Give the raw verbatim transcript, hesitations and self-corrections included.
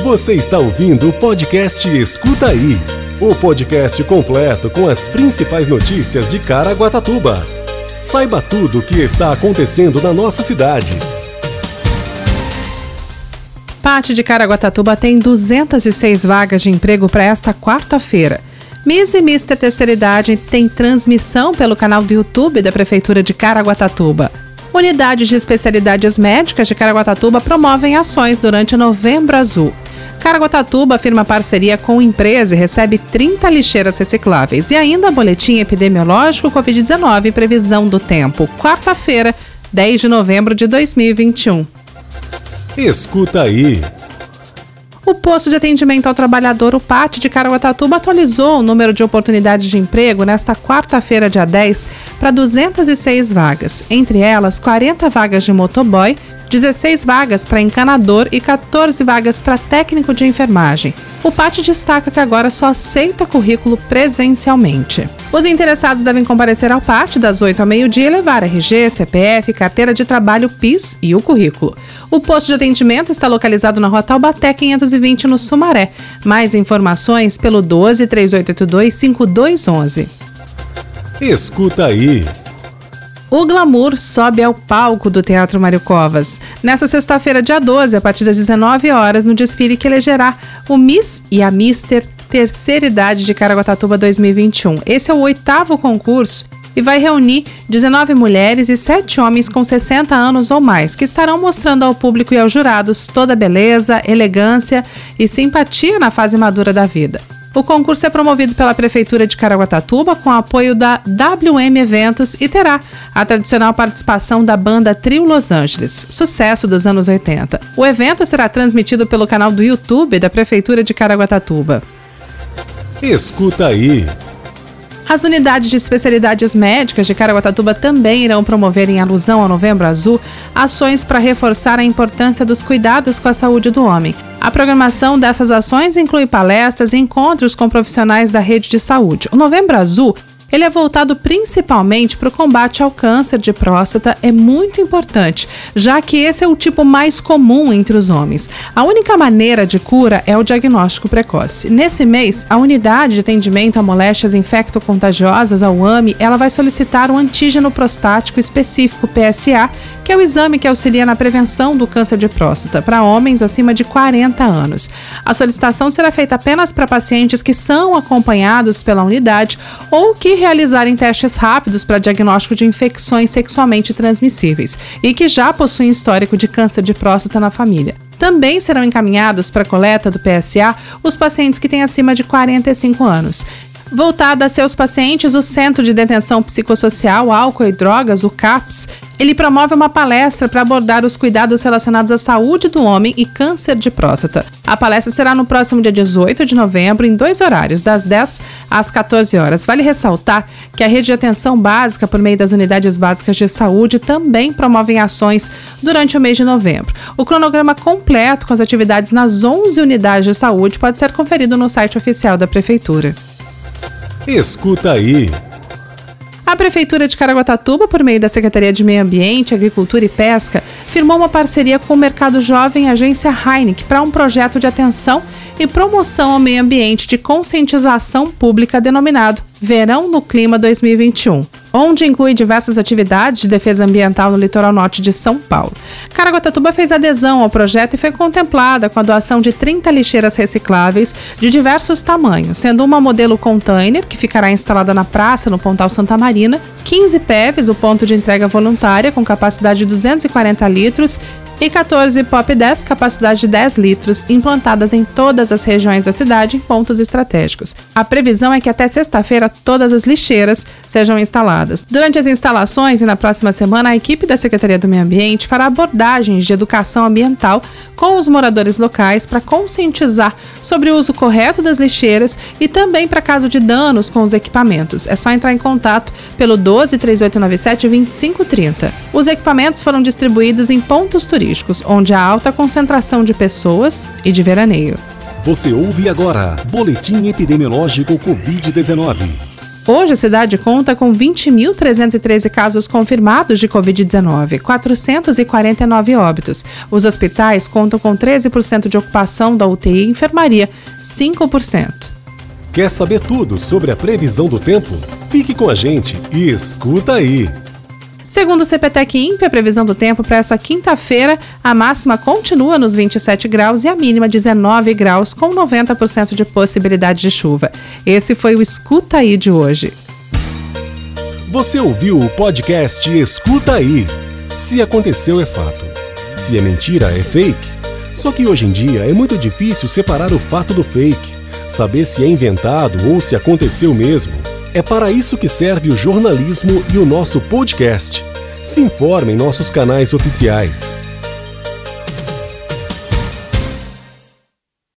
Você está ouvindo o podcast Escuta Aí, o podcast completo com as principais notícias de Caraguatatuba. Saiba tudo o que está acontecendo na nossa cidade. Pátio de Caraguatatuba tem duzentas e seis vagas de emprego para esta quarta-feira. Miss e Mister Terceira Idade tem transmissão pelo canal do YouTube da Prefeitura de Caraguatatuba. Unidades de especialidades médicas de Caraguatatuba promovem ações durante Novembro Azul. Caraguatatuba firma parceria com empresa e recebe trinta lixeiras recicláveis. E ainda boletim epidemiológico covid dezenove e previsão do tempo. Quarta-feira, dez de novembro de dois mil e vinte e um. Escuta Aí. O posto de atendimento ao trabalhador, o P A T de Caraguatatuba, atualizou o número de oportunidades de emprego nesta quarta-feira, dia dez, para duzentas e seis vagas. Entre elas, quarenta vagas de motoboy, dezesseis vagas para encanador e quatorze vagas para técnico de enfermagem. O P A T destaca que agora só aceita currículo presencialmente. Os interessados devem comparecer ao P A T das oito ao meio-dia e levar R G, C P F, carteira de trabalho, P I S e o currículo. O posto de atendimento está localizado na Rua Taubaté quinhentos e vinte, no Sumaré. Mais informações pelo doze, três oito oito dois, cinco dois um um. Escuta Aí. O glamour sobe ao palco do Teatro Mário Covas. Nesta sexta-feira, dia doze, a partir das dezenove horas, no desfile que elegerá o Miss e a Mister Terceira Idade de Caraguatatuba dois mil e vinte e um. Esse é o oitavo concurso e vai reunir dezenove mulheres e sete homens com sessenta anos ou mais, que estarão mostrando ao público e aos jurados toda a beleza, elegância e simpatia na fase madura da vida. O concurso é promovido pela Prefeitura de Caraguatatuba com apoio da W M Eventos e terá a tradicional participação da banda Trio Los Angeles, sucesso dos anos oitenta. O evento será transmitido pelo canal do YouTube da Prefeitura de Caraguatatuba. Escuta Aí. As unidades de especialidades médicas de Caraguatatuba também irão promover, em alusão ao Novembro Azul, ações para reforçar a importância dos cuidados com a saúde do homem. A programação dessas ações inclui palestras e encontros com profissionais da rede de saúde. O Novembro Azul, ele é voltado principalmente para o combate ao câncer de próstata, é muito importante, já que esse é o tipo mais comum entre os homens. A única maneira de cura é o diagnóstico precoce. Nesse mês, a Unidade de Atendimento a Moléstias Infecto-Contagiosas, a U A M, ela vai solicitar um antígeno prostático específico, P S A, que é o exame que auxilia na prevenção do câncer de próstata para homens acima de quarenta anos. A solicitação será feita apenas para pacientes que são acompanhados pela unidade ou que realizarem testes rápidos para diagnóstico de infecções sexualmente transmissíveis e que já possuem histórico de câncer de próstata na família. Também serão encaminhados para a coleta do P S A os pacientes que têm acima de quarenta e cinco anos. Voltado a seus pacientes, o Centro de Detenção Psicossocial, Álcool e Drogas, o CAPS, ele promove uma palestra para abordar os cuidados relacionados à saúde do homem e câncer de próstata. A palestra será no próximo dia dezoito de novembro, em dois horários, das dez às quatorze horas. Vale ressaltar que a rede de atenção básica, por meio das unidades básicas de saúde, também promovem ações durante o mês de novembro. O cronograma completo com as atividades nas onze unidades de saúde pode ser conferido no site oficial da Prefeitura. Escuta Aí. A Prefeitura de Caraguatatuba, por meio da Secretaria de Meio Ambiente, Agricultura e Pesca, firmou uma parceria com o Mercado Jovem e a Agência Heineken para um projeto de atenção e promoção ao meio ambiente de conscientização pública denominado Verão no Clima dois mil e vinte e um, onde inclui diversas atividades de defesa ambiental no litoral norte de São Paulo. Caraguatatuba fez adesão ao projeto e foi contemplada com a doação de trinta lixeiras recicláveis de diversos tamanhos, sendo uma modelo container, que ficará instalada na praça, no Pontal Santa Marina, quinze P E Vs, o ponto de entrega voluntária, com capacidade de duzentos e quarenta litros, e quatorze Pop dez, capacidade de dez litros, implantadas em todas as regiões da cidade em pontos estratégicos. A previsão é que até sexta-feira todas as lixeiras sejam instaladas. Durante as instalações e na próxima semana, a equipe da Secretaria do Meio Ambiente fará abordagens de educação ambiental com os moradores locais para conscientizar sobre o uso correto das lixeiras e também para caso de danos com os equipamentos. É só entrar em contato pelo doze, três oito nove sete, dois cinco três zero. Os equipamentos foram distribuídos em pontos turísticos, onde há alta concentração de pessoas e de veraneio. Você ouve agora Boletim Epidemiológico covid dezenove. Hoje a cidade conta com vinte mil trezentos e treze casos confirmados de covid dezenove, quatrocentos e quarenta e nove óbitos. Os hospitais contam com treze por cento de ocupação da U T I e enfermaria, cinco por cento. Quer saber tudo sobre a previsão do tempo? Fique com a gente e escuta aí! Segundo o CPTEC INPE, a previsão do tempo para essa quinta-feira, a máxima continua nos vinte e sete graus e a mínima dezenove graus, com noventa por cento de possibilidade de chuva. Esse foi o Escuta Aí de hoje. Você ouviu o podcast Escuta Aí. Se aconteceu é fato. Se é mentira é fake. Só que hoje em dia é muito difícil separar o fato do fake, saber se é inventado ou se aconteceu mesmo. É para isso que serve o jornalismo e o nosso podcast. Se informe em nossos canais oficiais.